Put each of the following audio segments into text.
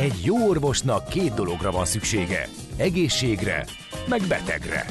Egy jó orvosnak két dologra van szüksége. Egészségre, meg betegre.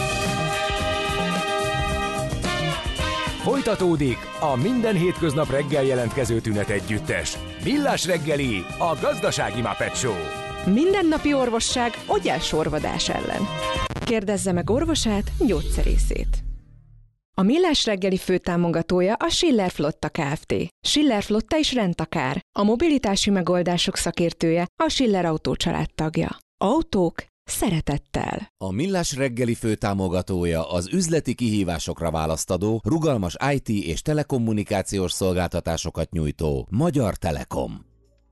Folytatódik a minden hétköznap reggel jelentkező tünet együttes. Millás reggeli, a gazdasági Muppet Show. Mindennapi orvosság ogyásorvadás ellen. Kérdezze meg orvosát, gyógyszerészét. A Millás reggeli főtámogatója a Schiller Flotta Kft. Schiller Flotta is rendtakár. A mobilitási megoldások szakértője, a Schiller Autó család tagja. Autók szeretettel. A Millás reggeli főtámogatója az üzleti kihívásokra választadó, rugalmas IT és telekommunikációs szolgáltatásokat nyújtó Magyar Telekom.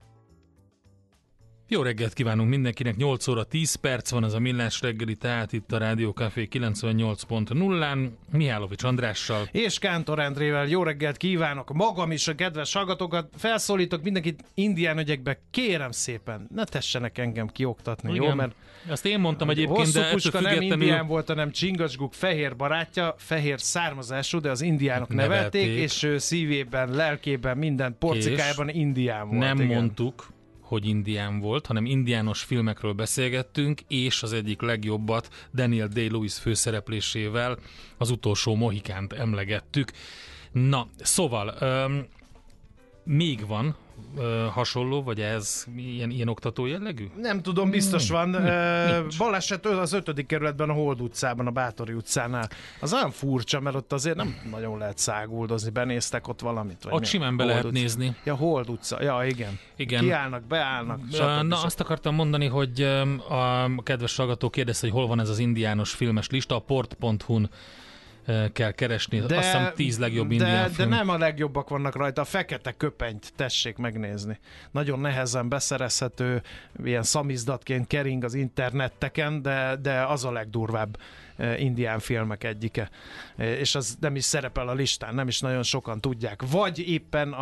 Jó reggelt kívánunk mindenkinek, 8 óra 10 perc van az a Millás reggeli, tehát itt a Rádió Café 98.0-án, Mihálovics Andrással. És Kántor Endrével jó reggelt kívánok, magam is a kedves hallgatókat, felszólítok mindenkit indián ügyekbe, kérem szépen, ne tessenek engem kioktatni, igen, jó? Mert azt én mondtam egyébként, de Puska nem függetlenül... indián volt, hanem Csingasguk fehér barátja, fehér származású, de az indiánok nevelték, és ő szívében, lelkében, minden porcikájában indián volt. Nem igen. mondtuk, hogy indián volt, hanem indiános filmekről beszélgettünk, és az egyik legjobbat Daniel Day-Lewis főszereplésével, Az utolsó Mohikánt emlegettük. Na, szóval még van hasonló, vagy ez ilyen oktató jellegű? Nem tudom, biztos van. Baleset az 5. kerületben, a Hold utcában, a Bátori utcánál. Az olyan furcsa, mert ott azért nem nagyon lehet száguldozni. Benéztek ott valamit? Vagy ott simán be lehet nézni. Ja, Hold utca. Ja, igen. Kiállnak, beállnak. Na, azt akartam mondani, hogy a kedves hallgató kérdezte, hogy hol van ez az indiános filmes lista. A port.hu-n kell keresni. Azt hiszem 10 legjobb indián film. De nem a legjobbak vannak rajta. A Fekete köpenyt tessék megnézni. Nagyon nehezen beszerezhető, ilyen szamizdatként kering az interneteken, de az a legdurvább indián filmek egyike. És az nem is szerepel a listán, nem is nagyon sokan tudják. Vagy éppen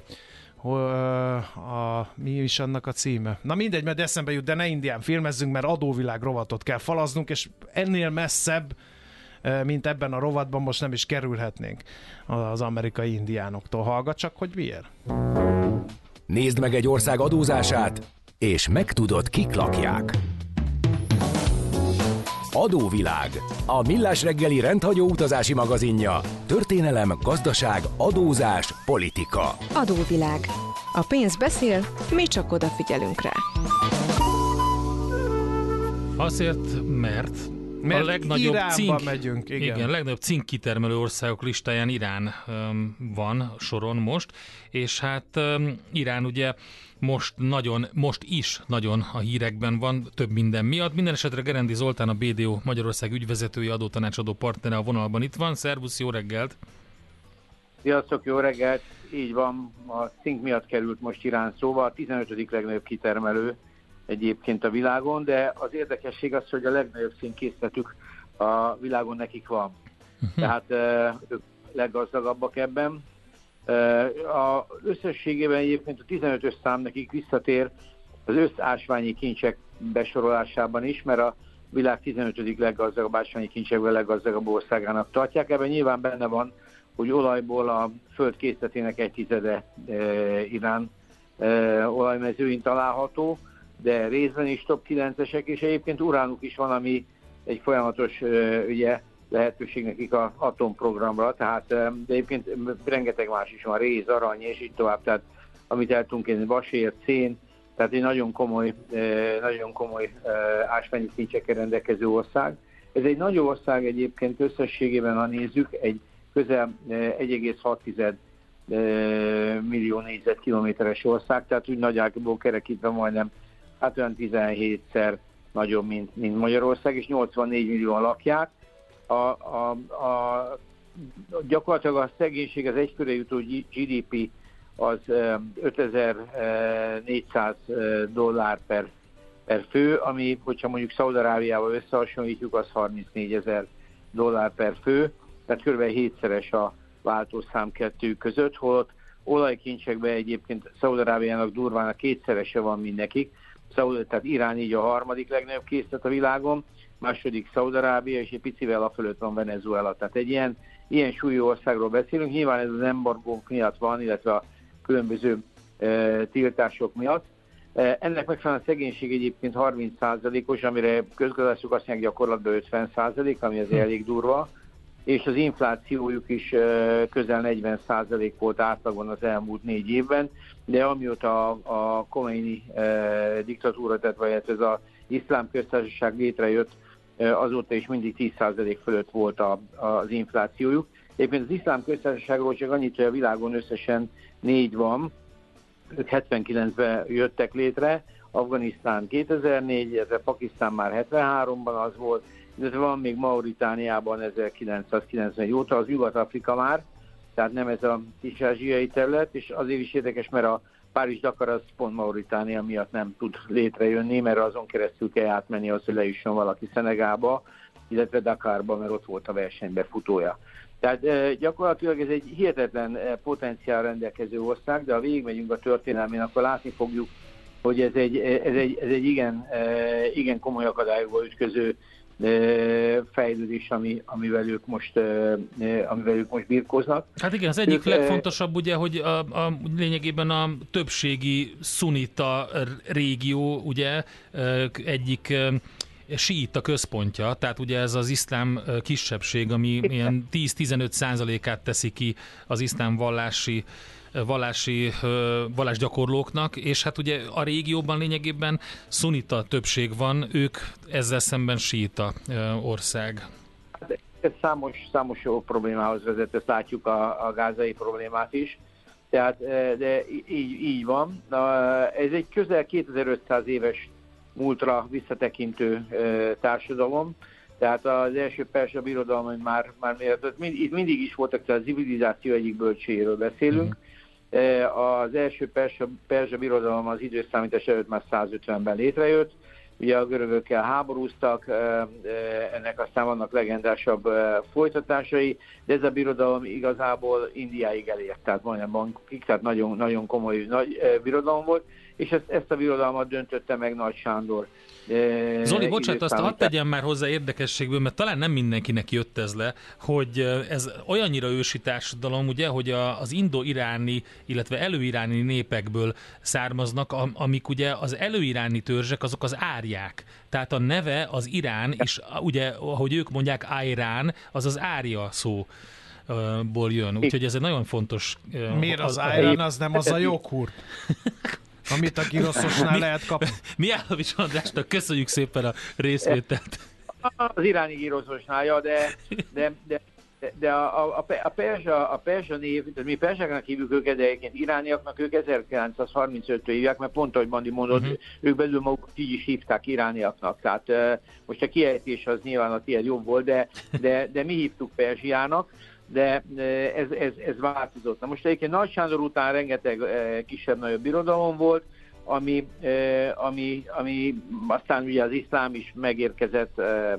mi is annak a címe? Na mindegy, mert eszembe jut, de ne indián filmezzünk, mert adóvilág rovatot kell falaznunk, és ennél messzebb, mint ebben a rovatban most nem is kerülhetnénk az amerikai indiánoktól. Hallgat csak, hogy miért. Nézd meg egy ország adózását, és megtudod, kik lakják. Adóvilág. A Millás reggeli rendhagyó utazási magazinja. Történelem, gazdaság, adózás, politika. Adóvilág. A pénz beszél, mi csak odafigyelünk rá. Azért, mert a legnagyobb megyünk, igen, legnagyobb cinkkitermelő országok listáján Irán van soron most, és hát Irán ugye most is nagyon a hírekben van, több minden miatt. Minden esetre Gerendi Zoltán, a BDO Magyarország ügyvezetője, adótanácsadó partnere a vonalban itt van. Szervusz, jó reggelt! Sziasztok, jó reggelt! Így van, a cink miatt került most Irán szóba, a 15. legnagyobb kitermelő egyébként a világon, de az érdekesség az, hogy a legnagyobb színkészletük a világon nekik van. Tehát ők leggazdagabbak ebben. Összességében egyébként a 15-ös szám nekik visszatér az összásványi kincsek besorolásában is, mert a világ 15. leggazdagabb ásványi kincsekből leggazdagabb országának tartják. Ebben nyilván benne van, hogy olajból a föld készletének 1/10 Irán olajmezőin található, de részben is top 9-esek, és egyébként uránuk is van, ami egy folyamatos ugye, lehetőség nekik az atomprogramra, tehát de egyébként rengeteg más is van, réz, arany, és így tovább, tehát amit el tudunk kérni, vasér, szén, tehát egy nagyon komoly ásványi kincsekkel rendelkező ország. Ez egy nagy ország egyébként összességében, ha nézzük, egy közel 1,6 millió négyzetkilométeres ország, tehát úgy nagyjából kerekítve majdnem hát olyan 17-szer nagyobb, mint Magyarország, és 84 millióan lakják. Gyakorlatilag a szegénység, az egykörre jutó GDP az $5400 per fő, ami, hogyha mondjuk Szaúd-Arábiával összehasonlítjuk, az $34,000 per fő, tehát kb. 7-szeres a váltószám kettő között, holott olajkincsekben egyébként Szaúd-Arábiának durván a 2-szerese van mindnekik, tehát Irán így a harmadik legnagyobb készlet a világon, második Szaúd-Arábia, és egy picivel a fölött van Venezuela. Tehát egy ilyen súlyú országról beszélünk. Nyilván ez az embargók miatt van, illetve a különböző tiltások miatt, Ennek megfelelően a szegénység egyébként 30%-os, amire közgazdászok azt mondják gyakorlatban 50%, ami azért elég durva, és az inflációjuk is közel 40% volt átlagon az elmúlt 4 évben, de amióta a Khomeini diktatúra, tehát ez az iszlám köztársaság létrejött, azóta is mindig 10% fölött volt az inflációjuk. Egyébként az iszlám köztársaságról csak annyit, hogy a világon összesen 4 van, ők 79-ben jöttek létre, Afganisztán 2004, ez Pakisztán már 73-ban az volt, illetve van még Mauritániában 1990 óta, az Nyugat-Afrika már, tehát nem ez a kis-ázsiai terület, és azért is érdekes, mert a Párizs-Dakar az pont Mauritánia miatt nem tud létrejönni, mert azon keresztül kell átmenni az, hogy lejusson valaki Szenegába, illetve Dakarba, mert ott volt a versenybe futója. Tehát gyakorlatilag ez egy hihetetlen potenciál rendelkező ország, de ha végigmegyünk a történelmén, akkor látni fogjuk, hogy ez egy igen komoly akadályokba ütköző fejlődés, amivel ők most birkóznak. Hát igen, az egyik legfontosabb ugye, hogy lényegében a többségi szunita régió ugye egyik síita központja, tehát ugye ez az iszlám kisebbség, ami ilyen 10-15%-át teszi ki az iszlám vallásgyakorlóknak, és hát ugye a régióban lényegében szunita többség van, ők ezzel szemben síita ország. Ez számos jó problémához vezet, ezt látjuk a gázai problémát is, tehát de így van. Ez egy közel 2500 éves múltra visszatekintő társadalom, tehát az első perzsa birodalom már itt mindig is voltak, tehát a civilizáció egyik bölcséjéről beszélünk. Az első perzsa birodalom az időszámítás előtt már 150-ben létrejött, ugye a görögökkel háborúztak, ennek aztán vannak legendásabb folytatásai, de ez a birodalom igazából Indiáig elért, tehát majdnem bankokig, tehát nagyon, nagyon komoly nagy birodalom volt, és ezt a birodalmat döntötte meg Nagy Sándor. Zoli, bocsánat, azt hadd tegyem már hozzá érdekességből, mert talán nem mindenkinek jött ez le, hogy ez olyannyira ősi társadalom, ugye, hogy az indo-iráni, illetve előiráni népekből származnak, amik ugye az előiráni törzsek, azok az árják. Tehát a neve az Irán, és ugye, ahogy ők mondják, Airán, az az árja szóból jön. Úgyhogy ez egy nagyon fontos... Miért az Airán, az nem az a joghurt? Amit a giroszosnál lehet kapni. Mihálovics Andrásnak köszönjük szépen a részvételt. Az iráni giroszosnál, de a perzsa név, mi perzsáknak hívjuk őket, de egyébként irániaknak ők 1935-től hívják, mert pont ahogy Bandi mondod, ők belül magukat így is hívták irániaknak. Tehát most a kiejtés az nyilván a tiéd jobb volt, de mi hívtuk Perzsiának, de ez változott. Na most egyébként Nagy Sándor után rengeteg kisebb-nagyobb birodalom volt, ami aztán ugye az iszlám is megérkezett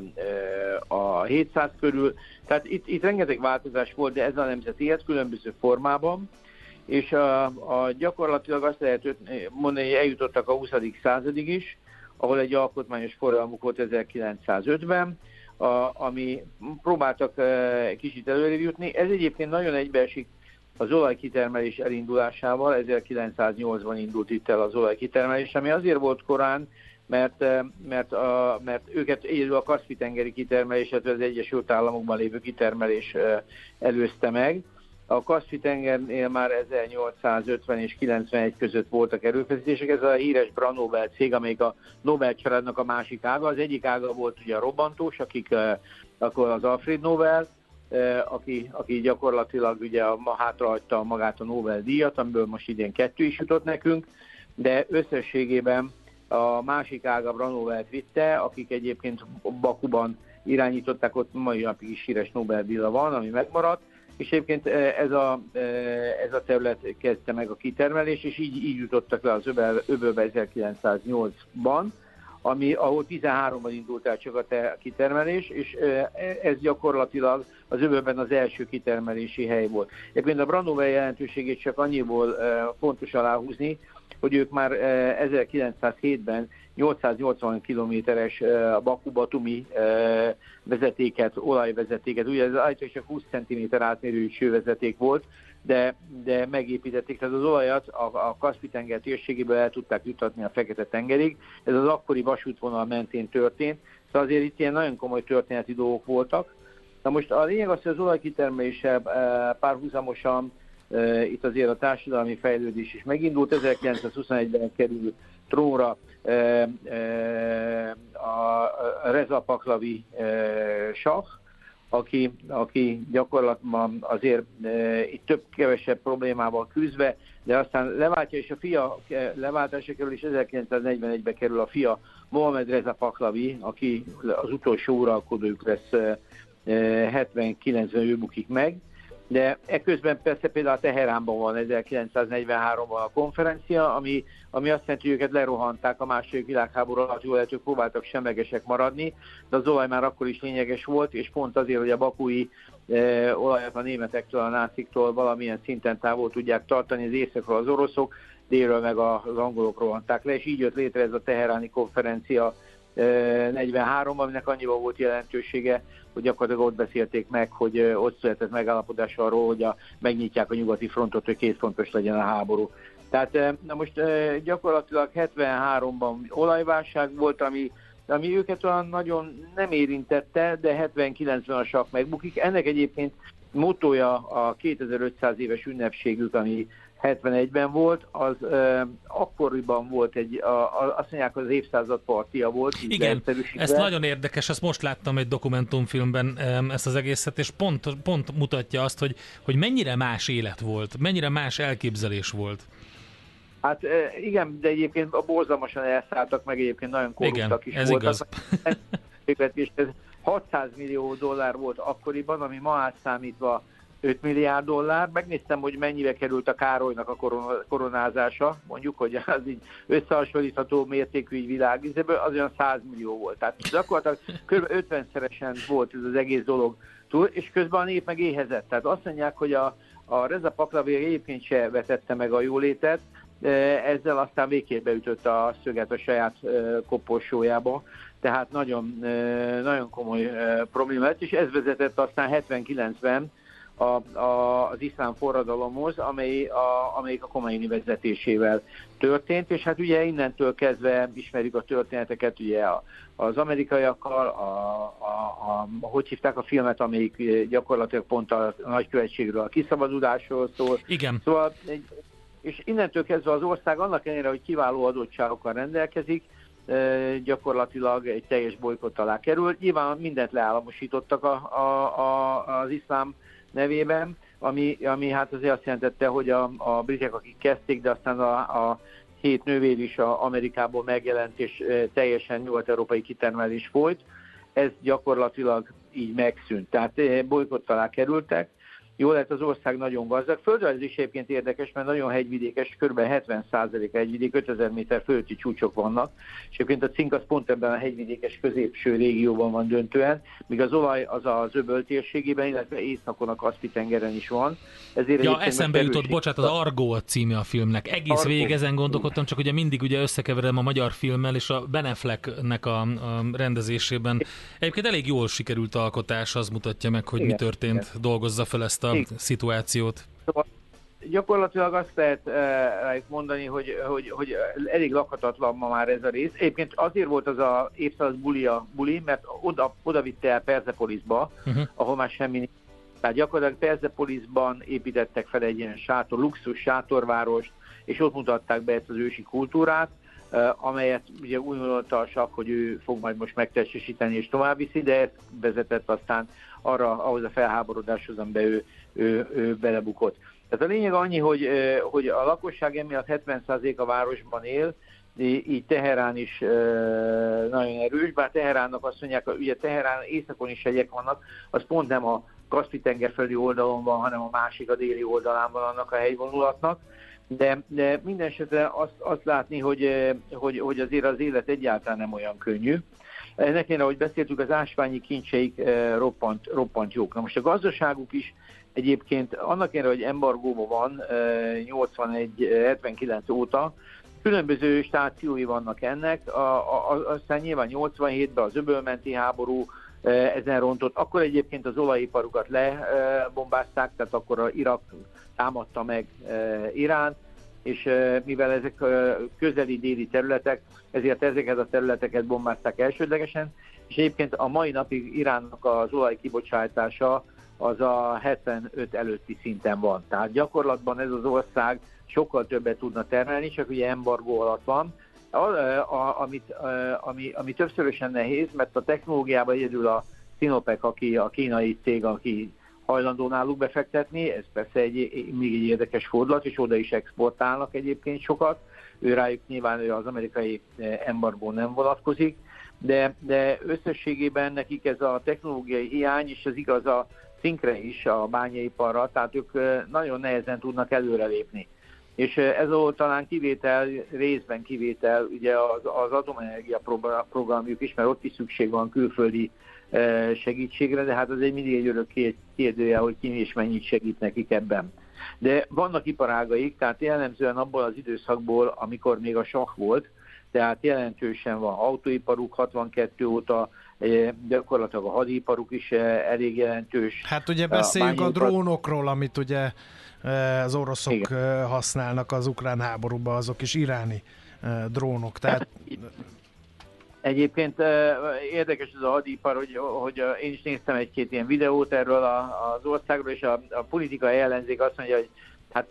a 700 körül. Tehát itt rengeteg változás volt, de ez a nemzet élt különböző formában, és gyakorlatilag azt lehet mondani, hogy eljutottak a 20. századig is, ahol egy alkotmányos forradalmuk volt 1905-ben, ami próbáltak kicsit előrébb jutni. Ez egyébként nagyon egybeesik az olajkitermelés elindulásával. 1908-ban indult itt el az olajkitermelés, ami azért volt korán, mert őket egyedül a Kaszpi-tengeri kitermelés, illetve az Egyesült Államokban lévő kitermelés előzte meg. A Kaszpi-tengernél már 1850 és 91 között voltak erőfeszítések. Ez a híres Branowel cég, amelyik a Nobel családnak a másik ága. Az egyik ága volt ugye a robbantós, akkor az Alfred Nobel, aki gyakorlatilag ugye hátrahagyta magát a Nobel-díjat, amiből most idén 2 is jutott nekünk, de összességében a másik ága Branowelt vitte, akik egyébként Bakuban irányították, ott mai napig is híres Nobel-díja van, ami megmaradt, és egyébként ez a terület kezdte meg a kitermelés, és így jutottak le az öbölbe 1908-ban, ahol 13-ban indult el csak a kitermelés, és ez gyakorlatilag az öbölben az első kitermelési hely volt. Egyébként a Branowel jelentőségét csak annyiból fontos aláhúzni, hogy ők már 1907-ben 880 kilométeres Baku-Batumi vezetéket, olajvezetéket, ugye ez állítólag csak 20 cm átmérőjű csővezeték volt, de megépítették, tehát az olajat a Kaszpi-tenger térségéből el tudták jutatni a Fekete-tengerig. Ez az akkori vasútvonal mentén történt, szóval azért itt ilyen nagyon komoly történeti dolgok voltak. Na most a lényeg az, hogy az olajkitermeléssel párhuzamosan itt azért a társadalmi fejlődés is megindult. 1921-ben kerül trónra a Reza Pahlavi sah, aki gyakorlatban azért itt több-kevesebb problémával küzdve, de aztán leváltja, és a fia leváltásra kerül, és 1941-ben kerül a fia, Mohamed Reza Pahlavi, aki az utolsó uralkodójuk lesz, 79-ben ő bukik meg, de ekközben persze például Teheránban van 1943-ban a konferencia, ami azt jelenti, hogy őket lerohanták a második világháború alatt, jól lehet, hogy próbáltak semlegesek maradni, de az olaj már akkor is lényeges volt, és pont azért, hogy a bakui olajat a németektől, a náciktól valamilyen szinten távol tudják tartani, az északról az oroszok, délről meg az angolok rohanták le, és így jött létre ez a teheráni konferencia 43-ban, aminek annyiban volt jelentősége, hogy gyakorlatilag ott beszélték meg, hogy ott született megállapodás arról, hogy megnyitják a nyugati frontot, hogy kétfrontos legyen a háború. Tehát na most gyakorlatilag 73-ban olajválság volt, ami őket olyan nagyon nem érintette, de 79-ben a sah megbukik. Ennek egyébként mottója a 2500 éves ünnepségük, ami 71-ben volt, az akkoriban volt azt mondják, az évszázad partia volt. Igen, ez nagyon érdekes, ezt most láttam egy dokumentumfilmben ezt az egészet, és pont mutatja azt, hogy mennyire más élet volt, mennyire más elképzelés volt. Hát igen, de egyébként borzalmasan elszálltak, meg egyébként nagyon korruptak is ez voltak. Igaz. Ez 600 millió dollár volt akkoriban, ami ma átszámítva 5 milliárd dollár. Megnéztem, hogy mennyibe került a Károlynak a koronázása, mondjuk, hogy az így összehasonlítható mértékű így világvizéből, az olyan 100 millió volt. Tehát gyakorlatilag kb. 50-szeresen volt ez az egész dolog túl, és közben a nép meg éhezett. Tehát azt mondják, hogy a Reza Pahlavi egyébként se vetette meg a jólétet, ezzel aztán végképp beütötte a szöget a saját koporsójába, tehát nagyon, nagyon komoly probléma lett, és ez vezetett aztán 79-ben az iszlám forradalomhoz, amelyik a Khomeini vezetésével történt, és hát ugye innentől kezdve ismerjük a történeteket, ugye az amerikaiakkal, hogy hívták a filmet, amelyik gyakorlatilag pont a nagykövetségről, a kiszabadulásról szól. Igen. Szóval, és innentől kezdve az ország annak ellenére, hogy kiváló adottságokkal rendelkezik, gyakorlatilag egy teljes bolykott alá kerül. Nyilván mindent leállamosítottak az iszlám nevében, ami hát azért azt jelentette, hogy a britek, akik kezdték, de aztán a 7 nővér is Amerikából megjelent, és teljesen nyugat-európai kitermelés folyt. Ez gyakorlatilag így megszűnt. Tehát bolykott alá kerültek. Jól lehet, az ország nagyon gazdag. Földrajz is egyébként érdekes, mert nagyon hegyvidékes, kb. 70% hegyvidék, 5000 méter fölötti csúcsok vannak, és egyébként a cink az pont ebben a hegyvidékes középső régióban van döntően, míg az olaj az az öböl térségében, illetve északon a Kaszpi-tengeren is van. Ezért eszembe jutott, bocsánat, az Argo a címe a filmnek. Egész végig ezen gondolkodtam, csak ugye mindig összekeverem a magyar filmmel, és a Ben Afflecknek a rendezésében. Egyébként elég jól sikerült alkotás, az mutatja meg, hogy mi történt, dolgozza fel ezt a szituációt. Szóval gyakorlatilag azt lehet mondani, hogy elég lakhatatlan ma már ez a rész. Egyébként azért volt az a évszázad buli, mert oda vitte el Persepolisba, ahol már semmi nincs. Tehát gyakorlatilag Persepolisban építettek fel egy ilyen luxus sátorvárost, és ott mutatták be ezt az ősi kultúrát, amelyet ugye úgy gondolta a sah, hogy ő fog majd most megtestesíteni és tovább viszi, de ez vezetett aztán ahhoz a felháborodáshoz, amiben ő belebukott. Tehát a lényeg annyi, hogy a lakosság emiatt 70% a városban él, így Teherán is nagyon erős, bár Teheránnak azt mondják, hogy ugye Teherán északon is hegyek vannak, az pont nem a Kaszpi-tenger felüli oldalon van, hanem a másik, a déli oldalán van annak a hegyvonulatnak, de minden esetre azt látni, hogy azért az élet egyáltalán nem olyan könnyű. Ennek én, ahogy beszéltük, az ásványi kincseik roppant jók. Na most a gazdaságuk is egyébként annak ellenére, hogy embargóban van 81-79 óta, különböző stációi vannak ennek, aztán nyilván 87-ben az öbölmenti háború ezen rontott. Akkor egyébként az olajiparukat lebombázták, tehát akkor a Irak támadta meg Iránt, és mivel ezek közeli déli területek, ezért ezeket a területeket bombázták elsődlegesen, és egyébként a mai napig Iránnak az olajkibocsátása az a 75 előtti szinten van. Tehát gyakorlatban ez az ország sokkal többet tudna termelni, csak ugye embargó alatt van, ami többszörösen nehéz, mert a technológiában egyedül a Sinopec, aki a kínai cég, aki hajlandó náluk befektetni, ez persze még egy érdekes fordulat, és oda is exportálnak egyébként sokat, ő rájuk nyilván az amerikai embargó nem vonatkozik, de összességében nekik ez a technológiai hiány, és ez igaz a cinkre is, a bányaiparra, tehát ők nagyon nehezen tudnak előrelépni. És ez volt talán részben kivétel, ugye az atomenergia programjuk is, mert ott is szükség van külföldi segítségre, de hát az mindig egy örök kérdője, hogy ki és mennyit segít nekik ebben. De vannak iparágaik, tehát jellemzően abból az időszakból, amikor még a sah volt, tehát jelentősen van autóiparuk, 62 óta gyakorlatilag a hadiparuk is elég jelentős. Hát ugye beszéljünk a drónokról, amit ugye az oroszok használnak az ukrán háborúban, azok is iráni drónok. Tehát... Egyébként érdekes ez a hadipar, hogy én is néztem egy-két ilyen videót erről az országról, és a politikai ellenzék azt mondja, hogy hát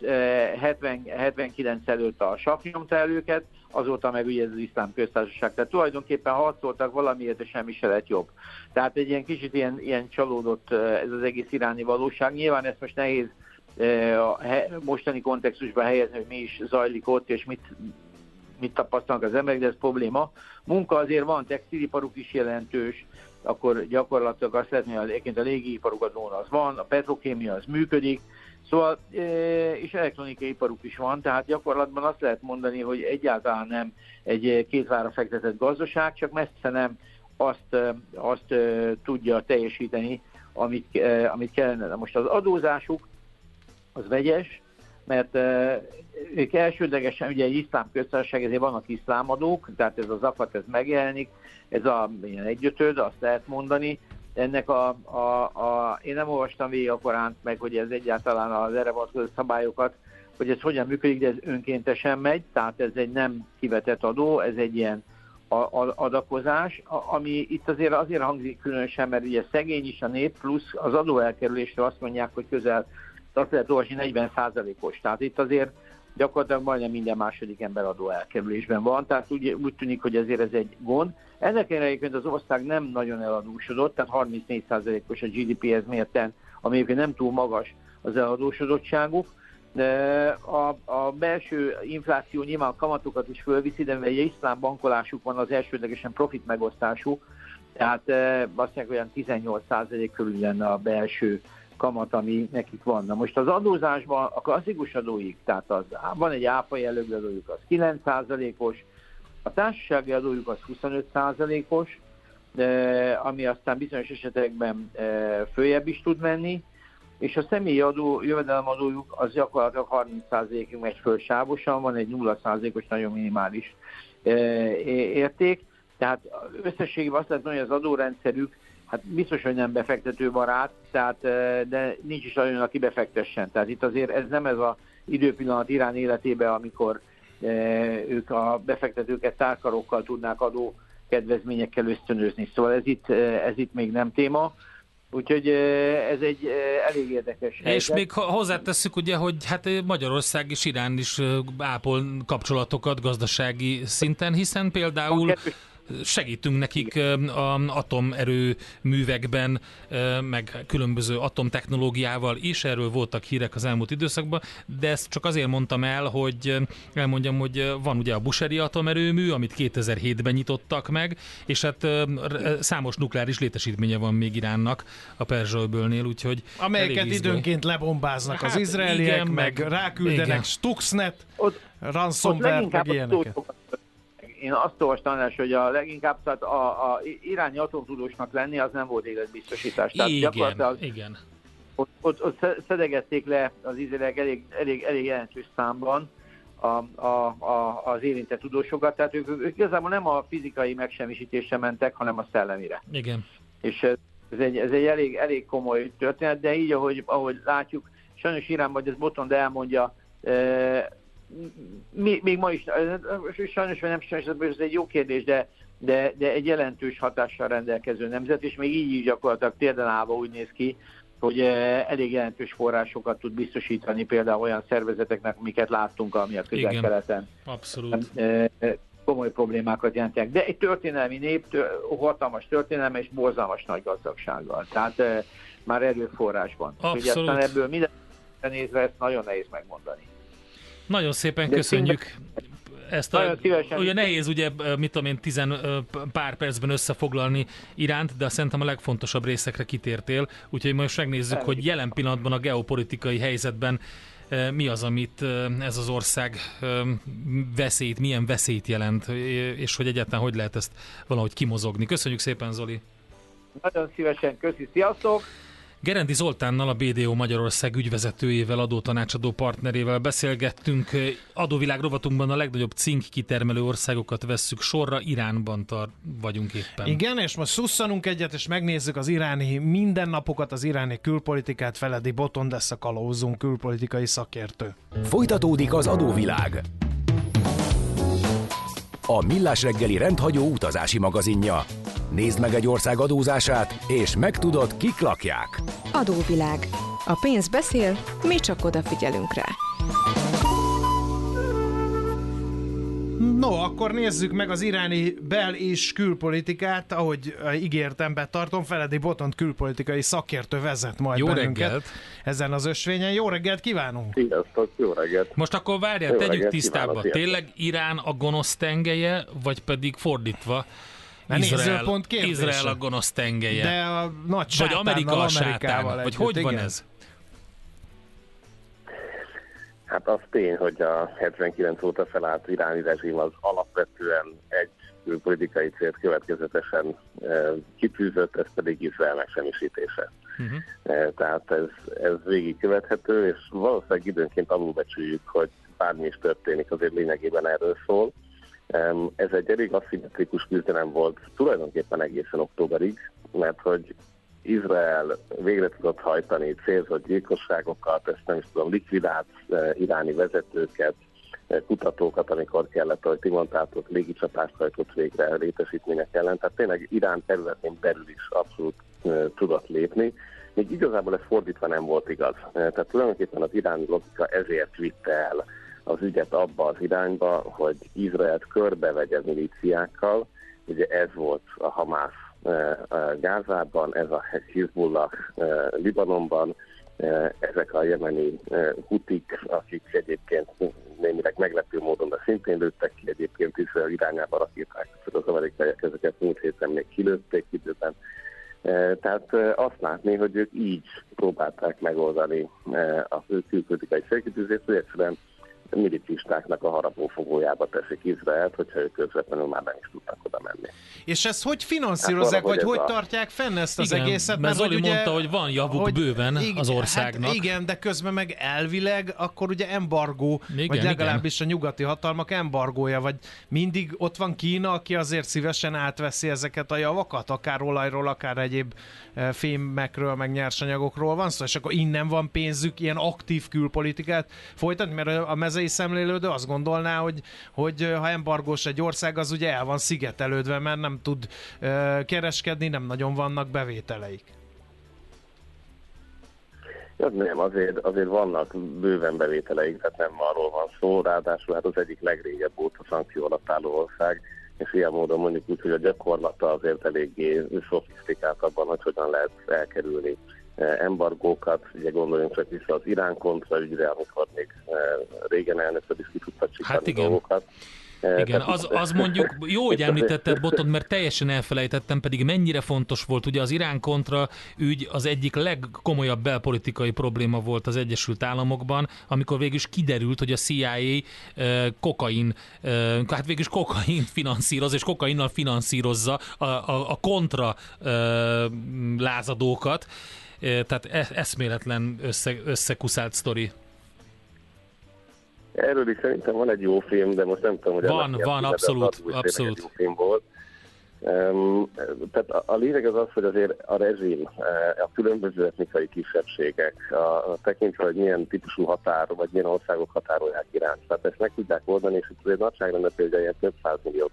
79 előtt a sah nyomta el őket, azóta meg ugye ez az iszlám köztársaság. Tehát tulajdonképpen harcoltak valamiért, és semmi se lett jobb. Tehát egy ilyen kicsit ilyen csalódott ez az egész iráni valóság. Nyilván ezt most nehéz a mostani kontextusban helyezni, hogy mi is zajlik ott, és mit tapasztalnak az emberek, de ez probléma. Munka azért van, textiliparuk is jelentős, akkor gyakorlatilag azt lehet, hogy egyébként a légiiparuk az van, a petrokémia az működik, szóval, és elektronikai iparuk is van, tehát gyakorlatban azt lehet mondani, hogy egyáltalán nem egy kétvára fektetett gazdaság, csak messze nem azt tudja teljesíteni, amit kellene. De most az adózásuk az vegyes, mert ők elsődlegesen ugye egy iszlám köztársaság, ezért vannak iszlámadók, tehát ez a zakat, ez megjelenik, ez ilyen egyötöd, azt lehet mondani. Ennek én nem olvastam végig a Koránt meg, hogy ez egyáltalán az erre vonatkozó szabályokat, hogy ez hogyan működik, de ez önkéntesen megy, tehát ez egy nem kivetett adó, ez egy ilyen adakozás, ami itt azért hangzik különösen, mert ugye szegény is a nép, plusz az adóelkerülésre azt mondják, hogy közel azt lehet olvasni 40%-os. Tehát itt azért gyakorlatilag majdnem minden második ember adóelkerülésben van, tehát úgy tűnik, hogy ezért ez egy gond. Ennek ellenére az ország nem nagyon eladósodott, tehát 34%-os a GDP-hez mérten, ami egyébként nem túl magas az eladósodottságuk. De a belső infláció nyilván a kamatokat is fölviszi, de mivel egy iszlám bankolásuk van, az elsődlegesen profit megosztású, tehát azt mondják, olyan 18% körül lenne a belső kamat, ami nekik van. Na most az adózásban a klasszikus adóik, tehát van egy áfa jellegű adójuk, az 9%-os, a társasági adójuk az 25%-os, ami aztán bizonyos esetekben följebb is tud menni, és a személyi jövedelemadójuk az gyakorlatilag 30%-ig megy föl sávosan, van egy 0%-os nagyon minimális érték, tehát összességében azt lehet mondani, hogy az adórendszerük hát biztos, hogy nem befektetőbarát, tehát, de nincs is olyan, aki befektessen. Tehát itt azért ez nem ez az időpillanat Irán életében, amikor ők a befektetőket tárkarokkal tudnák adó kedvezményekkel ösztönözni. Szóval ez itt még nem téma. Úgyhogy ez egy elég érdekes helyzet. És még hozzátesszük ugye, hogy hát Magyarország és Irán is ápol kapcsolatokat gazdasági szinten, hiszen például segítünk nekik atomerőművekben, meg különböző atomtechnológiával is, erről voltak hírek az elmúlt időszakban, de ezt csak azért mondtam el, hogy elmondjam, hogy van ugye a Bushehr atomerőmű, amit 2007-ben nyitottak meg, és hát számos nukleáris létesítménye van még Iránnak a Perzsa-öbölnél, úgyhogy amelyeket időnként lebombáznak az izraeliek, igen, meg ráküldenek igen. Stuxnet, ransomware, meg ilyeneket. Én azt olvastam, hogy a leginkább tehát a iráni atomtudósnak lenni, az nem volt életbiztosítás. Tehát igen. Ott szedegették le az izraeliek elég jelentős számban az érintett tudósokat, tehát ők igazából nem a fizikai megsemmisítésre mentek, hanem a szellemire. Igen. és ez egy elég komoly történet, de így, ahogy látjuk, sajnos Iránban, hogy ez Botond elmondja, még ma is, sajnos vagy nem sajnos, ez egy jó kérdés, de egy jelentős hatással rendelkező nemzet, és még így gyakorlatilag térden állva úgy néz ki, hogy elég jelentős forrásokat tud biztosítani például olyan szervezeteknek, amiket láttunk, ami a Közel-Keleten. Abszolút. Komoly problémákat jelentenek. De egy történelmi nép, hatalmas történelme és borzalmas nagy gazdagsággal. Tehát már erőforrásban. Abszolút. Ugye ebből minden nézve ezt nagyon nehéz megmondani. Nagyon szépen köszönjük. Ezt ugye nehéz, ugye, mit tudom én, 10 pár percben összefoglalni Iránt, de szerintem a legfontosabb részekre kitértél, úgyhogy most megnézzük, hogy jelen pillanatban a geopolitikai helyzetben mi az, amit ez az ország milyen veszélyt jelent, és hogy egyáltalán hogy lehet ezt valahogy kimozogni. Köszönjük szépen, Zoli! Nagyon szívesen, köszi, sziasztok! Gerendi Zoltánnal, a BDO Magyarország ügyvezetőjével, adótanácsadó partnerével beszélgettünk. Adóvilág rovatunkban a legnagyobb cink kitermelő országokat vesszük sorra, Iránban vagyunk éppen. Igen, és most szusszanunk egyet, és megnézzük az iráni mindennapokat, az iráni külpolitikát. Feledi Botond lesz a kalauzunk külpolitikai szakértő. Folytatódik az adóvilág. A Millás reggeli rendhagyó utazási magazinja. Nézd meg egy ország adózását, és megtudod, kik lakják. Adóvilág. A pénz beszél, mi csak odafigyelünk rá. No, akkor nézzük meg az iráni bel- és külpolitikát, ahogy ígértem, betartom, Feledi Botond külpolitikai szakértő vezet majd jó bennünket reggelt. Ezen az ösvényen. Jó reggelt kívánunk! Sziasztok, jó reggelt! Most akkor várjál, tegyük tisztába. Tényleg Irán a gonosz tengelye, vagy pedig fordítva? Izrael a gonosz tengelye. De a nagy sátánnal, vagy Amerika a Amerikával sátán. Vagy hogy van ez? Hát az tény, hogy a 79 óta felállt iráni rezsim az alapvetően egy külpolitikai célt következetesen kitűzött, ez pedig Izrael megsemmisítése. Tehát ez végigkövethető, és valószínűleg időnként alulbecsüljük, hogy bármi is történik, azért lényegében erről szól. Ez egy elég aszimmetrikus küzdelem volt tulajdonképpen egészen októberig, mert hogy Izrael végre tudott hajtani célzott gyilkosságokat, ezt nem is tudom, likvidált iráni vezetőket, kutatókat, amikor kellett, hogy ti mondtátok, légicsapást hajtott végre létesítmények ellen. Tehát tényleg Irán területén belül is abszolút tudott lépni. Még igazából ez fordítva nem volt igaz. Tehát tulajdonképpen az iráni logika ezért vitte el az ügyet abba az irányba, hogy Izraelt körbevegye milíciákkal. Ugye ez volt a Hamász Gázában, ez a Hizbullah Libanonban, ezek a jemeni hutik, akik egyébként némileg meglepő módon, de szintén lőttek ki egyébként Izrael irányába rakétákat, az amerikaiak ezeket múlt héten még kilőtték időben. Tehát azt látni, hogy ők így próbálták megoldani a külpolitikai célkitűzést, hogy egyszerűen milicistáknak a harapófogójába teszik Izraelt, hogyha ők közvetlenül már nem is tudnak oda menni. És ezt hogy finanszírozzák, vagy hogy tartják fenn ezt az egészet? Mert Zoli mondta, hogy van javuk bőven az országnak. Hát igen, de közben meg elvileg akkor ugye embargó, vagy legalábbis a nyugati hatalmak embargója, vagy mindig ott van Kína, aki azért szívesen átveszi ezeket a javakat, akár olajról, akár egyéb fémekről, meg nyersanyagokról van szó, és akkor innen van pénzük ilyen aktív külpolitikát folytatni, mert a mezei szemlélődő azt gondolná, hogy ha embargós egy ország, az ugye el van szigetelődve, mert nem tud kereskedni, nem nagyon vannak bevételeik. Nem, azért vannak bőven bevételeik, tehát nem arról van szó, ráadásul hát az egyik legrégebb óta szankció alatt álló ország, és ilyen módon mondjuk úgy, hogy a gyakorlata azért eléggé szofisztikált abban, hogy hogyan lehet elkerülni embargókat. Ugye gondoljunk csak vissza az Irán kontra ügyre, amikor még régen elnökről is ki tudtak csikálni dolgokat. Igen, az mondjuk jó, hogy említetted, Botond, mert teljesen elfelejtettem, pedig mennyire fontos volt. Ugye az Irán kontra ügy az egyik legkomolyabb belpolitikai probléma volt az Egyesült Államokban, amikor végül is kiderült, hogy a CIA kokain finanszíroz, és kokainnal finanszírozza a kontra lázadókat. Tehát eszméletlen összekuszált sztori. Erről is szerintem van egy jó film, de most nem tudom, hogy van, abszolút. Jó film volt. Tehát a lényeg az, hogy azért a rezsim, a különböző etnikai kisebbségek, tekintve, hogy milyen típusú határ, vagy milyen országok határolják Iránt, tehát ezt meg tudják oldani, és itt azért nagyságrendben például ilyen több $100 millió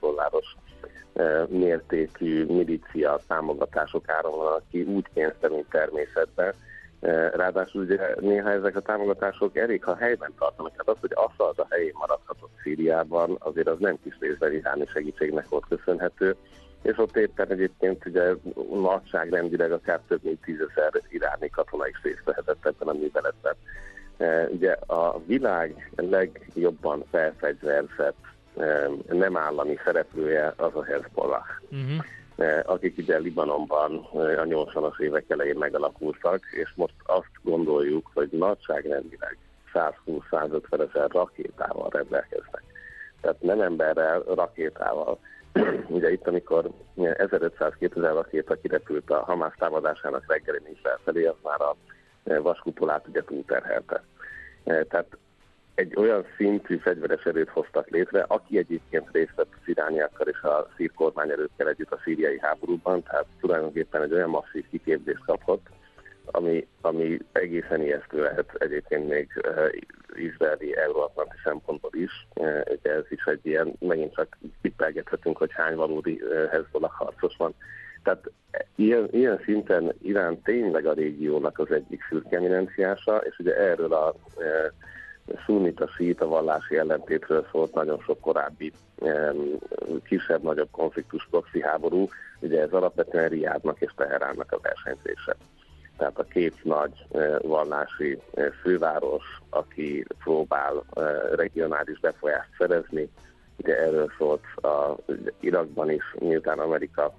mértékű milícia támogatások áramlanak ki úgy pénzbe, mint természetben. Ráadásul ugye néha ezek a támogatások elég, ha helyben tartanak. Hát az, hogy Assad a helyén maradhatott Szíriában, azért az nem kis részben iráni segítségnek volt köszönhető, és ott éppen egyébként ugye nagyságrendileg akár több mint 10 000 iráni katona is részt vehetett ebben a műveletben. Ugye a világ legjobban felfegyverzett nem állami szereplője az a Hezbollah, akik ugye Libanonban a 80-as évek elején megalakultak, és most azt gondoljuk, hogy nagyságrendileg 120-150 ezer rakétával rendelkeznek. Tehát nem emberrel, rakétával. Ugye itt, amikor 1500-2000 rakéta kirepült a Hamász támadásának reggelin is felfelé, az már a vaskupolát ugye túlterhelte. Tehát egy olyan szintű fegyveres erőt hoztak létre, aki egyébként részt vett az irániakkal és a szír kormányerőkkel együtt a szíriai háborúban, tehát tulajdonképpen egy olyan masszív kiképzést kapott, ami egészen ijesztő lehet egyébként még izraeli euróatlanti szempontból is. Ugye ez is egy ilyen, megint csak tippelgethetünk, hogy hány valódi Hezbollah harcos van. Tehát ilyen szinten Irán tényleg a régiónak az egyik szürke eminenciása, és ugye erről a szunnita-síita vallási ellentétről szólt nagyon sok korábbi kisebb-nagyobb konfliktus proxy háború, ugye ez alapvetően Riádnak és Teheránnak a versenyzése. Tehát a két nagy vallási főváros, aki próbál regionális befolyást szerezni, ugye erről szólt Irakban is, miután Amerika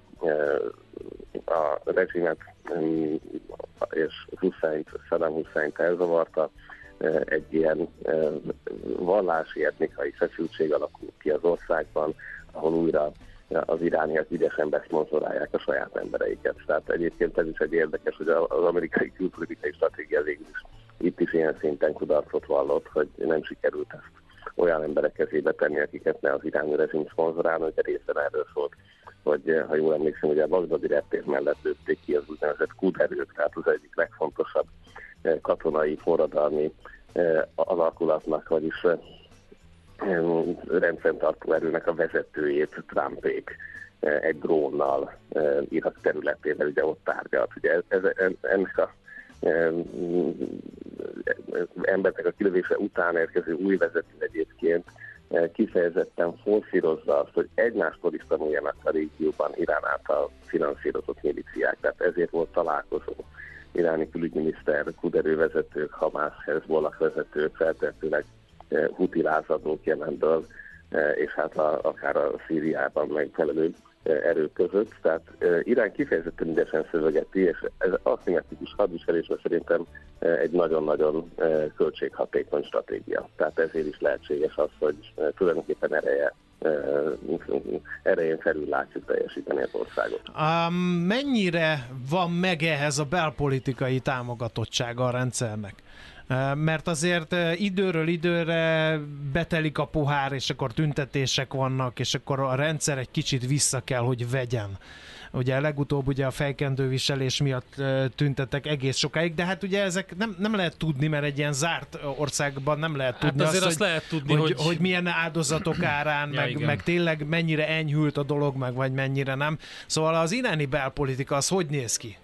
a rezsimet és Saddam Husseint elzavarta, egy ilyen vallási etnikai feszültség alakult ki az országban, ahol újra az irániak ügyesen beszponzorálják a saját embereiket. Tehát egyébként ez is egy érdekes, hogy az amerikai külpolitikai stratégia végül is itt is ilyen szinten kudarcot vallott, hogy nem sikerült ezt olyan emberek kezébe tenni, akiket ne az iráni rezsim szponzorálna, hogy részben erről szólt, hogy ha jól emlékszem, hogy a bagdadi reptér mellett lőtték ki az úgynevezett Quds erőt, tehát az egyik legfontosabb katonai, forradalmi alakulatnak, vagyis rendfenntartó erőnek a vezetőjét, Trumpék egy drónnal Irak területével ugye ott tárgyalt. Ugye ennek a embernek a kilövése után érkező új vezető egyébként kifejezetten forszírozza azt, hogy egymástól is tanuljanak a régióban Irán által finanszírozott milíciák. Tehát ezért volt találkozó iráni külügyminiszter, Quds erővezetők, Hamász, Hezbollah vezetők, feltehetőleg huti lázadók Jemenből, és hát akár a Szíriában megfelelő erők között. Tehát Irán kifejezetten ügyesen szövegeti, és ez aszimmetrikus hadviselésben szerintem egy nagyon-nagyon költséghatékony stratégia. Tehát ezért is lehetséges az, hogy tulajdonképpen erején felül látjuk teljesíteni az országot. Mennyire van meg ehhez a belpolitikai támogatottsága a rendszernek? Mert azért időről időre betelik a pohár, és akkor tüntetések vannak, és akkor a rendszer egy kicsit vissza kell, hogy vegyen. Ugye legutóbb ugye a fejkendőviselés miatt tüntettek egész sokáig, de hát ugye ezek nem lehet tudni, mert egy ilyen zárt országban nem lehet tudni hát azt, lehet tudni, hogy milyen áldozatok árán, meg tényleg mennyire enyhült a dolog, meg vagy mennyire nem. Szóval az iráni belpolitika az hogy néz ki?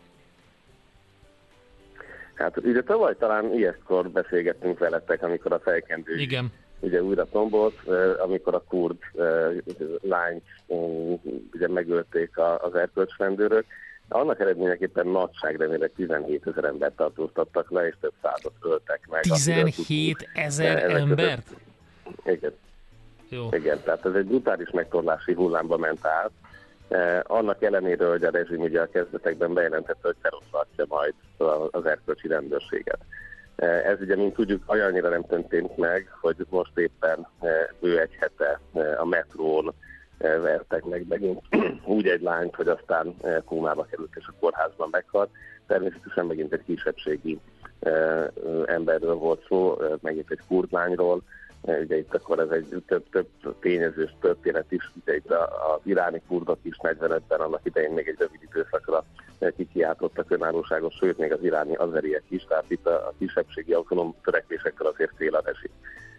Hát ugye tavaly talán ilyenkor beszélgettünk veletek, amikor a fejkendő ugye újra tombolt, amikor a kurd lányt ugye megölték az erkölcsrendőrök. Annak eredményeképpen nagyságrendileg 17 000 embert tartóztattak le, és több százat öltek meg. 17 000 embert? Igen. Jó. Igen, tehát ez egy brutális megtorlási hullámba ment át. Annak ellenére, hogy a rezsim ugye a kezdetekben bejelentette, hogy feloszlatja majd az erkölcsi rendőrséget. Ez ugye, mint tudjuk, olyannyira nem történt meg, hogy most éppen bő egy hete a metrón vertek meg megint úgy egy lányt, hogy aztán kómába került és a kórházban meghalt. Természetesen megint egy kisebbségi emberről volt szó, megint egy kurd lányról. Ugye itt akkor ez egy több tényezős történet is, ugye itt a az iráni kurdok is 45-ben annak idején még egy rövid időszakra kikiáltottak önállóságos, sőt még az iráni azeriek is, tehát itt a kisebbségi autonóm törekvésekkel azért fél a rezsim.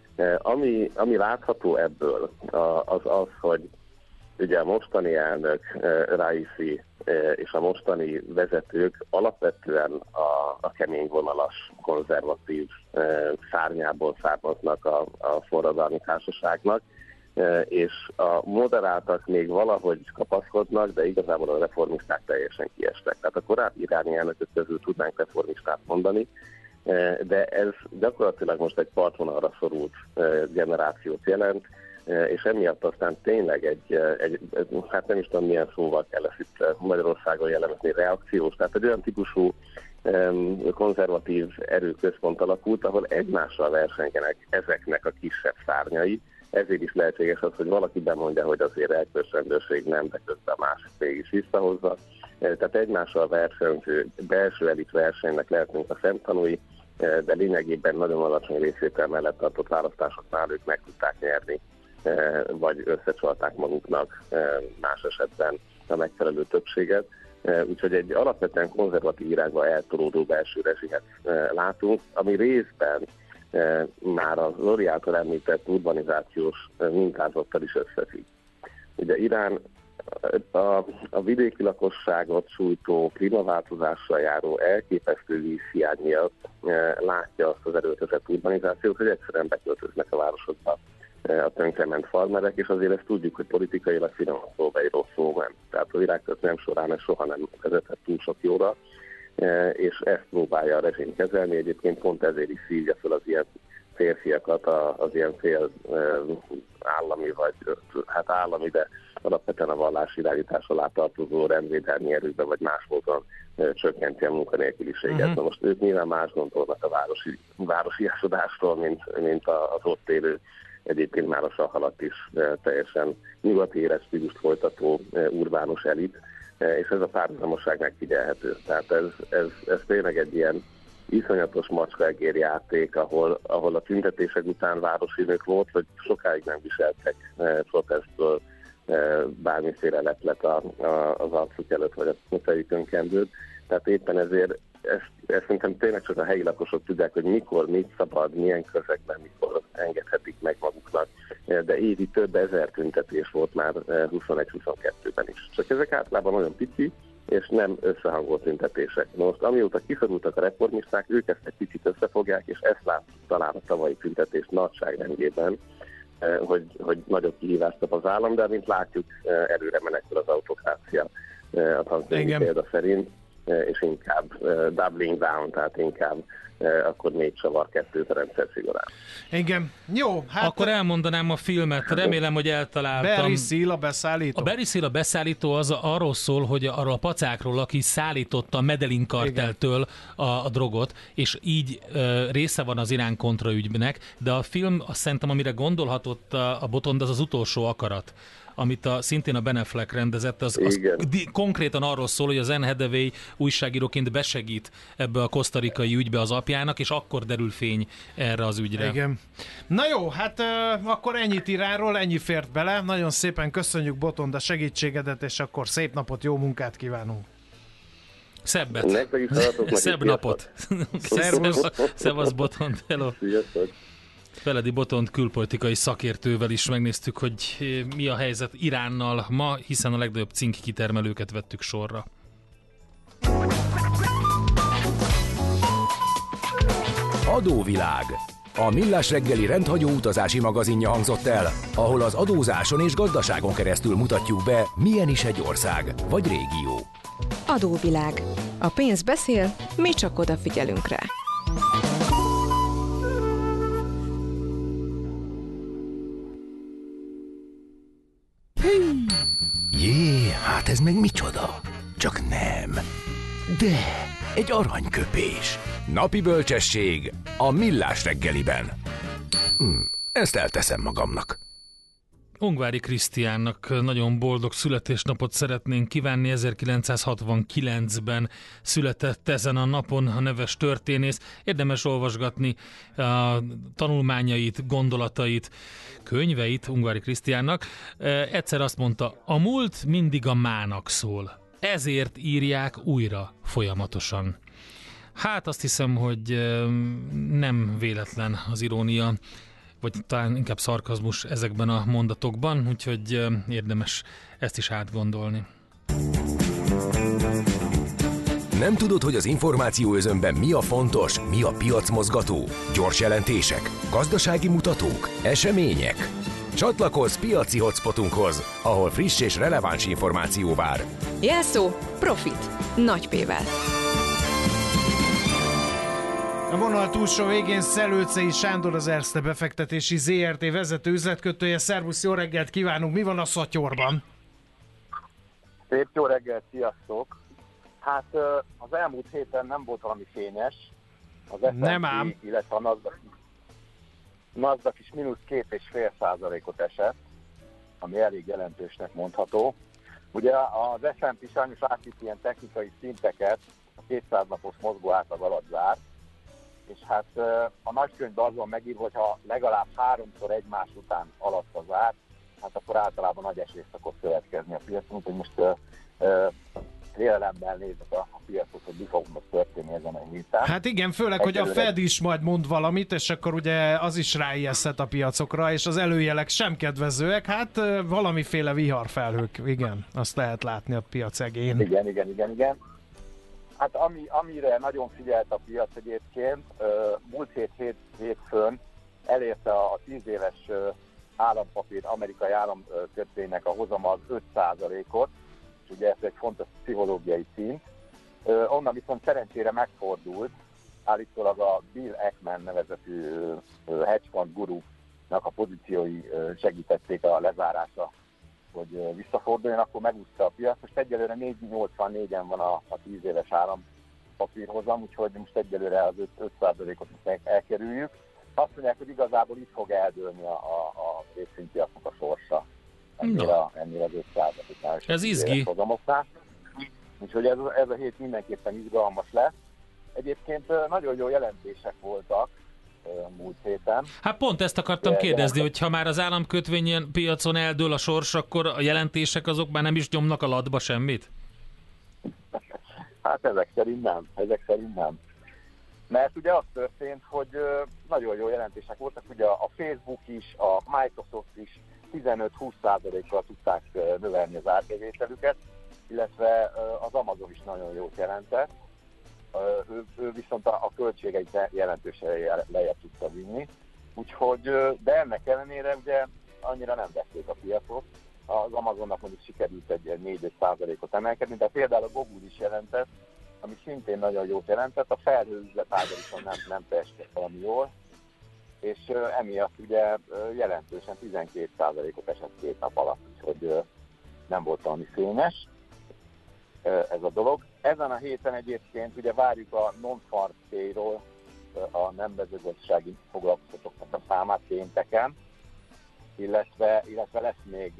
Ami látható ebből, az, hogy ugye a mostani elnök, Raisi és a mostani vezetők alapvetően a kemény vonalas, konzervatív szárnyából származnak a forradalmi társaságnak, és a moderáltak még valahogy kapaszkodnak, de igazából a reformisták teljesen kiestek. Tehát a korábbi iráni elnökök közül tudnánk reformistát mondani, de ez gyakorlatilag most egy partvonalra szorult generációt jelent, és emiatt aztán tényleg hát nem is tudom milyen szóval kell ezt itt Magyarországon jellemezni, reakciós, tehát egy olyan típusú konzervatív erőközpont alakult, ahol egymással versengenek ezeknek a kisebb szárnyai, ezért is lehetséges az, hogy valaki bemondja, hogy azért elkölcsönbőség nem, de közben a másik mégis visszahozza. Tehát egymással versenyző, belső elit versenynek lehetünk a szemtanúi, de lényegében nagyon alacsony részvétel mellett tartott választásoknál ők meg tudták nyerni, vagy összecsalták maguknak más esetben a megfelelő többséget. Úgyhogy egy alapvetően konzervatív irányba eltolódó belső rezsimet látunk, ami részben már a Lori által említett urbanizációs mintázattal is összefügg. Ugye Irán a vidéki lakosságot sújtó klímaváltozással járó elképesztő vízhiány miatt látja azt az erőltetett urbanizációt, hogy egyszerűen beköltöznek a városokba a tönkrement farmerek, és azért ezt tudjuk, hogy politikailag finoman szólva egy rossz szó nem. Tehát a világtörténelem során ez soha nem vezetett túl sok jóra, és ezt próbálja a rezsim kezelni. Egyébként pont ezért is szívja fel az ilyen férfiakat az ilyen fél állami, vagy hát állami, de alapvetően a vallás irányítás alá tartozó rendvédelmi erőkbe, vagy más módon csökkenti a munkanélküliséget. Na most ők nyilván más gondolnak a városiasodásról, mint az ott élő, egyébként már a sah alatt is teljesen nyugati életstílust folytató urbánus elit, és ez a párhuzamosság megfigyelhető. Tehát ez tényleg egy ilyen iszonyatos macskaegér játék, ahol a tüntetések után városi nők volt, hogy sokáig nem viseltek protestből bármiféle leplet az arcuk előtt, vagy a fejükön kendőt. Tehát éppen ezért ezt szerintem tényleg csak a helyi lakosok tudják, hogy mikor, mit szabad, milyen közegben, mikor engedhetik meg maguknak. De évi több ezer tüntetés volt már 21-22-ben is. Csak ezek általában olyan pici, és nem összehangolt tüntetések. Most amióta kiszorultak a reformisták, ők ezt egy picit összefogják, és ezt látjuk talán a tavalyi tüntetés nagyságrendjében, hogy nagyobb kihívást kap az állam, de mint látjuk, előre menekül az autokrácia a tankönyvi példa szerint, és inkább doubling down, tehát inkább akkor 4 csavar 2 a rendszer szigorán. Igen. Jó, hát... Akkor elmondanám a filmet, remélem, hogy eltaláltam. Barry Seal a beszállító. A Barry Seal a beszállító az arról szól, hogy arról a pacákról, aki szállította a Medellin karteltől a drogot, és így része van az Irán kontra ügynek, de a film azt szerintem, amire gondolhatott a Botond, az utolsó akarat, amit szintén a Ben Affleck rendezett, az konkrétan arról szól, hogy az Anne Hathaway újságíróként besegít ebbe a kosztarikai ügybe az apjának, és akkor derül fény erre az ügyre. Igen. Na jó, hát akkor ennyit Iránról, ennyi fért bele. Nagyon szépen köszönjük, Botond, a segítségedet, és akkor szép napot, jó munkát kívánunk. Szebbet. Szebb napot. Szevasz, Botond. Hello. Sziasztok. Feledi Botond külpolitikai szakértővel is megnéztük, hogy mi a helyzet Iránnal ma, hiszen a legnagyobb cink kitermelőket vettük sorra. Adóvilág. A Millás reggeli rendhagyó utazási magazinja hangzott el, ahol az adózáson és gazdaságon keresztül mutatjuk be, milyen is egy ország vagy régió. Adóvilág. A pénz beszél, mi csak odafigyelünk rá. Jé, hát ez meg micsoda? Csak nem. De, egy aranyköpés. Napi bölcsesség a Millás reggeliben. Ezt elteszem magamnak. Ungvári Krisztiánnak nagyon boldog születésnapot szeretnénk kívánni. 1969-ben született ezen a napon a neves történész. Érdemes olvasgatni a tanulmányait, gondolatait, könyveit Ungvári Krisztiánnak. Egyszer azt mondta, a múlt mindig a mának szól. Ezért írják újra folyamatosan. Hát azt hiszem, hogy nem véletlen az irónia, vagy talán inkább szarkazmus ezekben a mondatokban, úgyhogy érdemes ezt is átgondolni. Nem tudod, hogy az információ özönben mi a fontos, mi a piacmozgató? Gyors jelentések, gazdasági mutatók, események? Csatlakozz piaci hotspotunkhoz, ahol friss és releváns információ vár. Jelszó Profit. Nagy P-vel. A vonal túlsó végén Szelőcei Sándor, az Erste befektetési ZRT vezető üzletkötője. Szervusz, jó reggelt kívánunk! Mi van a szatyorban? Szép jó reggelt, sziasztok! Hát az elmúlt héten nem volt valami fényes. Az S&P, illetve a Nasdaq is mínusz 2,5%-ot esett, ami elég jelentősnek mondható. Ugye az S&P sajnos átvitt ilyen technikai szinteket, a 200 napos mozgó átlag alatt zárt, és hát a nagykönyvben az van megírva, hogy ha legalább 3-szor egymás után alatt az ár, hát akkor általában nagy esés szokott következni a piacon, úgyhogy most félelemmel nézek a piacot, hogy mi fog most történni ezen a héten. Hát igen, főleg, hogy a Fed is majd mond valamit, és akkor ugye az is ráijeszthet a piacokra, és az előjelek sem kedvezőek, hát valamiféle viharfelhők, igen, azt lehet látni a piac egén. Igen. Hát amire nagyon figyelt a piac egyébként, múlt hétfőn elérte a 10 éves állampapír, amerikai államkötvénynek a hozama az 5%-ot, és ugye ez egy fontos pszichológiai szint. Onnan viszont szerencsére megfordult, állítólag a Bill Ackman nevezetű hedge fund gurunak a pozíciói segítették a lezárása, hogy visszaforduljon, akkor megúszta a piac. Most egyelőre 4,84-en van a 10 éves állampapírhozam, úgyhogy most egyelőre az 5%-ot elkerüljük. Azt mondják, hogy igazából itt fog eldőlni a részvénypiacnak a sorsa. Ennél az 5%-nál. Ez izgi. Úgyhogy ez a hét mindenképpen izgalmas lesz. Egyébként nagyon jó jelentések voltak múlt héten. Hát pont ezt akartam kérdezni, hogy ha már az államkötvényen piacon eldől a sors, akkor a jelentések azok már nem is nyomnak a latba semmit? Hát ezek szerint nem. Mert ugye az történt, hogy nagyon jó jelentések voltak, ugye a Facebook is, a Microsoft is 15-20%-kal tudták növelni az árbevételüket, illetve az Amazon is nagyon jót jelentett. Ő viszont a költségeit jelentősen lejjebb tudta vinni. Úgyhogy, de ennek ellenére ugye annyira nem vették a piacot. Az Amazonnak mondjuk sikerült egy 4-5%-ot emelkedni, de például a Google is jelentett, ami szintén nagyon jót jelentett. A felhőüzletága viszont nem teljesített valami jól, és emiatt ugye jelentősen 12%-ot esett 2 nap alatt, úgyhogy nem volt valami fényes ez a dolog. Ezen a héten egyébként ugye várjuk a non-farm payroll, a nem mezőgazdasági foglalkoztatottaknak a számát pénteken, illetve lesz még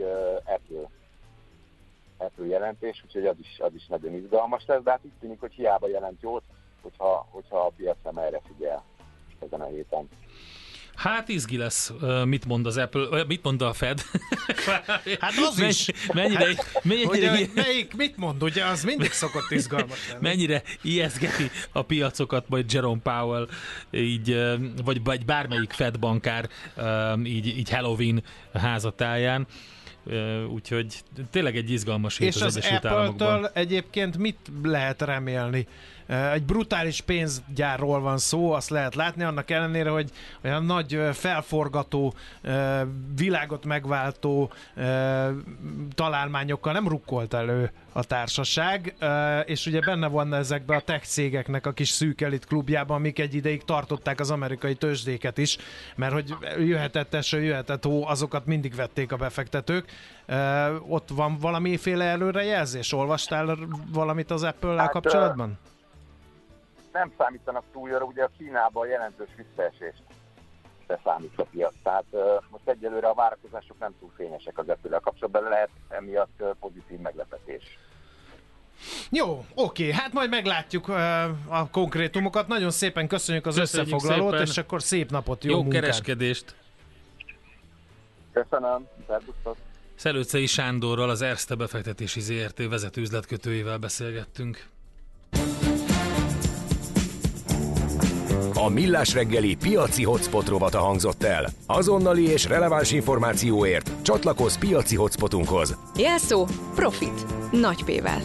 Apple jelentés, úgyhogy az is nagyon izgalmas lesz, de hát úgy tűnik, hogy hiába jelent jót, hogyha a piac nem erre figyel ezen a héten. Hát izgi lesz, mit mond az Apple, mit mond a Fed? Hát az is. Mennyire mit mond, ugye az mindig szokott izgalmas lenni. Mennyire ijeszgeti a piacokat majd Jerome Powell, így, vagy bármelyik Fed bankár így Halloween házatáján. Úgyhogy tényleg egy izgalmas hét az Egyesült Államokban. És az Apple-től egyébként mit lehet remélni? Egy brutális pénzgyárról van szó, azt lehet látni, annak ellenére, hogy olyan nagy felforgató, világot megváltó találmányokkal nem rukkolt elő a társaság, és ugye benne van ezekben a tech cégeknek a kis szűk elit klubjában, amik egy ideig tartották az amerikai tőzsdéket is, mert hogy jöhetett eső, jöhetett hó, azokat mindig vették a befektetők. Ott van valamiféle előrejelzés? Olvastál valamit az Apple-lel kapcsolatban? Nem számítanak túl jóra, ugye a Kínában jelentős visszaesést részre számít a piac. Tehát most egyelőre a várakozások nem túl fényesek az Apple-el kapcsolatban, lehet emiatt pozitív meglepetés. Jó, oké, hát majd meglátjuk a konkrétumokat. Nagyon szépen köszönjük az összefoglalót, szépen. És akkor szép napot, jó munkát. Kereskedést! Köszönöm, szervusztok! Szelőczei Sándorral, az Erste befektetési ZRT vezető üzletkötőjével beszélgettünk. A Millás reggeli piaci hotspot rovata hangzott el. Azonnali és releváns információért csatlakozz piaci hotspotunkhoz. Jelszó Profit. Nagy P-vel.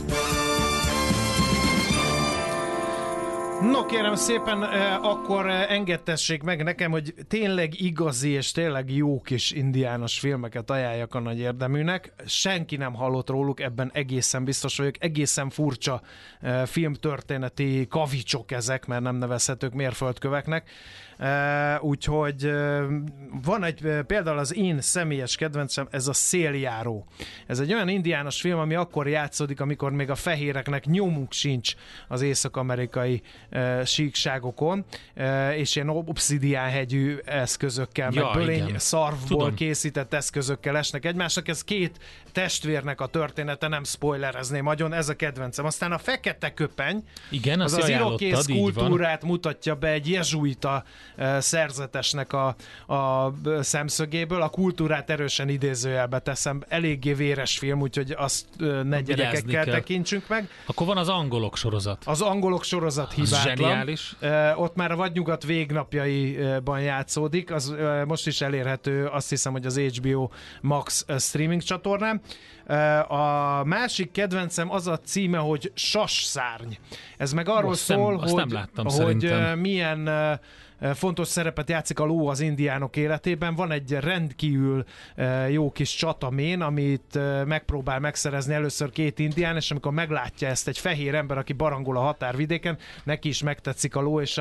No kérem szépen, akkor engedtessék meg nekem, hogy tényleg igazi és tényleg jó kis indiános filmeket ajánljak a nagy érdeműnek. Senki nem hallott róluk, ebben egészen biztos vagyok. Egészen furcsa filmtörténeti kavicsok ezek, mert nem nevezhetők mérföldköveknek. Úgyhogy van egy például az én személyes kedvencem, ez a Széljáró. Ez egy olyan indiános film, ami akkor játszódik, amikor még a fehéreknek nyomuk sincs az észak-amerikai síkságokon, és ilyen obszidiánhegyű eszközökkel, meg bölény szarvból készített eszközökkel esnek egymásnak. Ez két testvérnek a története, nem spoilerezném nagyon, ez a kedvencem. Aztán a Fekete köpeny, igen, az irokész kultúrát mutatja be egy jezsuita szerzetesnek a szemszögéből. A kultúrát erősen idézőjelbe teszem. Eléggé véres film, úgyhogy azt ne gyerekekkel tekintsünk meg. Akkor van az Angolok sorozat. Az Angolok sorozat hibátlan. Zseniális. Ott már a Vadnyugat végnapjaiban játszódik. Az most is elérhető, azt hiszem, hogy az HBO Max streaming csatornán. A másik kedvencem az a címe, hogy Sasszárny. Ez meg arról szól, hogy milyen fontos szerepet játszik a ló az indiánok életében. Van egy rendkívül jó kis csatamén, amit megpróbál megszerezni először két indián, és amikor meglátja ezt egy fehér ember, aki barangol a határvidéken, neki is megtetszik a ló, és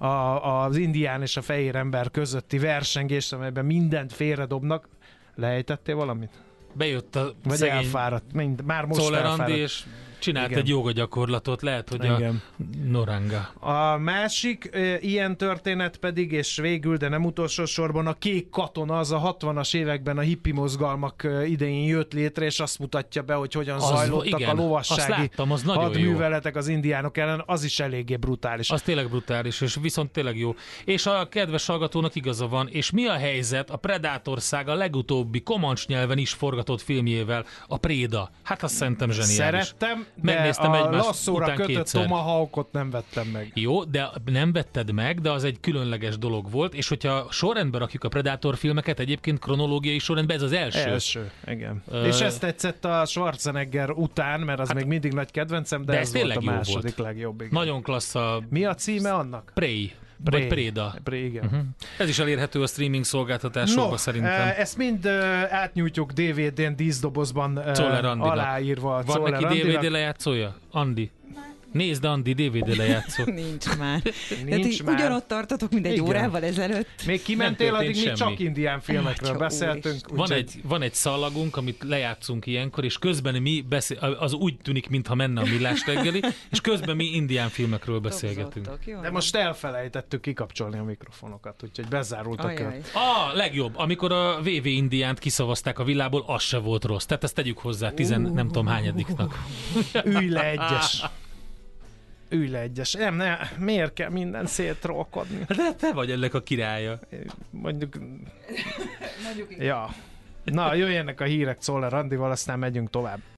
az indián és a fehér ember közötti versengés, amelyben mindent félredobnak. Lejtettél valamit? Bejött a vagy szegény elfáradt, már most Czoller elfáradt. Andi, és csinált egy jóga gyakorlatot, lehet, hogy a Noranga. A másik ilyen történet pedig, és végül, de nem utolsó sorban, a Kék katona, az a 60-as években a hippi mozgalmak idején jött létre, és azt mutatja be, hogy hogyan zajlottak a lovassági hadműveletek az indiánok ellen, az is eléggé brutális. Az tényleg brutális, és viszont tényleg jó. És a kedves hallgatónak igaza van, és mi a helyzet a Predator szága legutóbbi komancs nyelven is forgatott filmjével, a Préda? Hát azt szerintem zseniális. Szerettem, megnéztem de a egymás lasszóra után kötött kétszer. Tomahawkot nem vettem meg. Jó, de nem vetted meg, de az egy különleges dolog volt, és hogyha sorrendbe rakjuk a Predator filmeket, egyébként kronológiai sorrendben ez az első. Első, igen. És ezt tetszett a Schwarzenegger után, mert az még mindig nagy kedvencem, de ez volt a második legjobb. Igen. Nagyon klassz a... Mi a címe annak? Prey. Vagy Préda. Igen. Ez is elérhető a streaming szolgáltatásokban szerintem. Ezt mind átnyújtjuk DVD-n, díszdobozban aláírva. Van neki DVD lejátszója? Andi? Nézd, Andi, DVD lejátszó. Nincs már. Ugyanott tartotok, mint egy órával ezelőtt. Még kimentél, addig mi csak indián filmekről beszéltünk. Van egy szalagunk, amit lejátszunk ilyenkor, és közben mi az úgy tűnik, mintha menne a Millás reggeli, és közben mi indián filmekről beszélgetünk. De most elfelejtettük kikapcsolni a mikrofonokat, úgyhogy bezárult a kör. Legjobb, amikor a VV Indiánt kiszavazták a villából, az se volt rossz. Tehát ezt tegyük hozzá nem tudom hányadiknak. Ülj le egyes. Miért kell minden szétrolkodni? De te vagy ennek a királya. Mondjuk... Ja. Na, jöjjenek a hírek Czoller Andival, aztán megyünk tovább.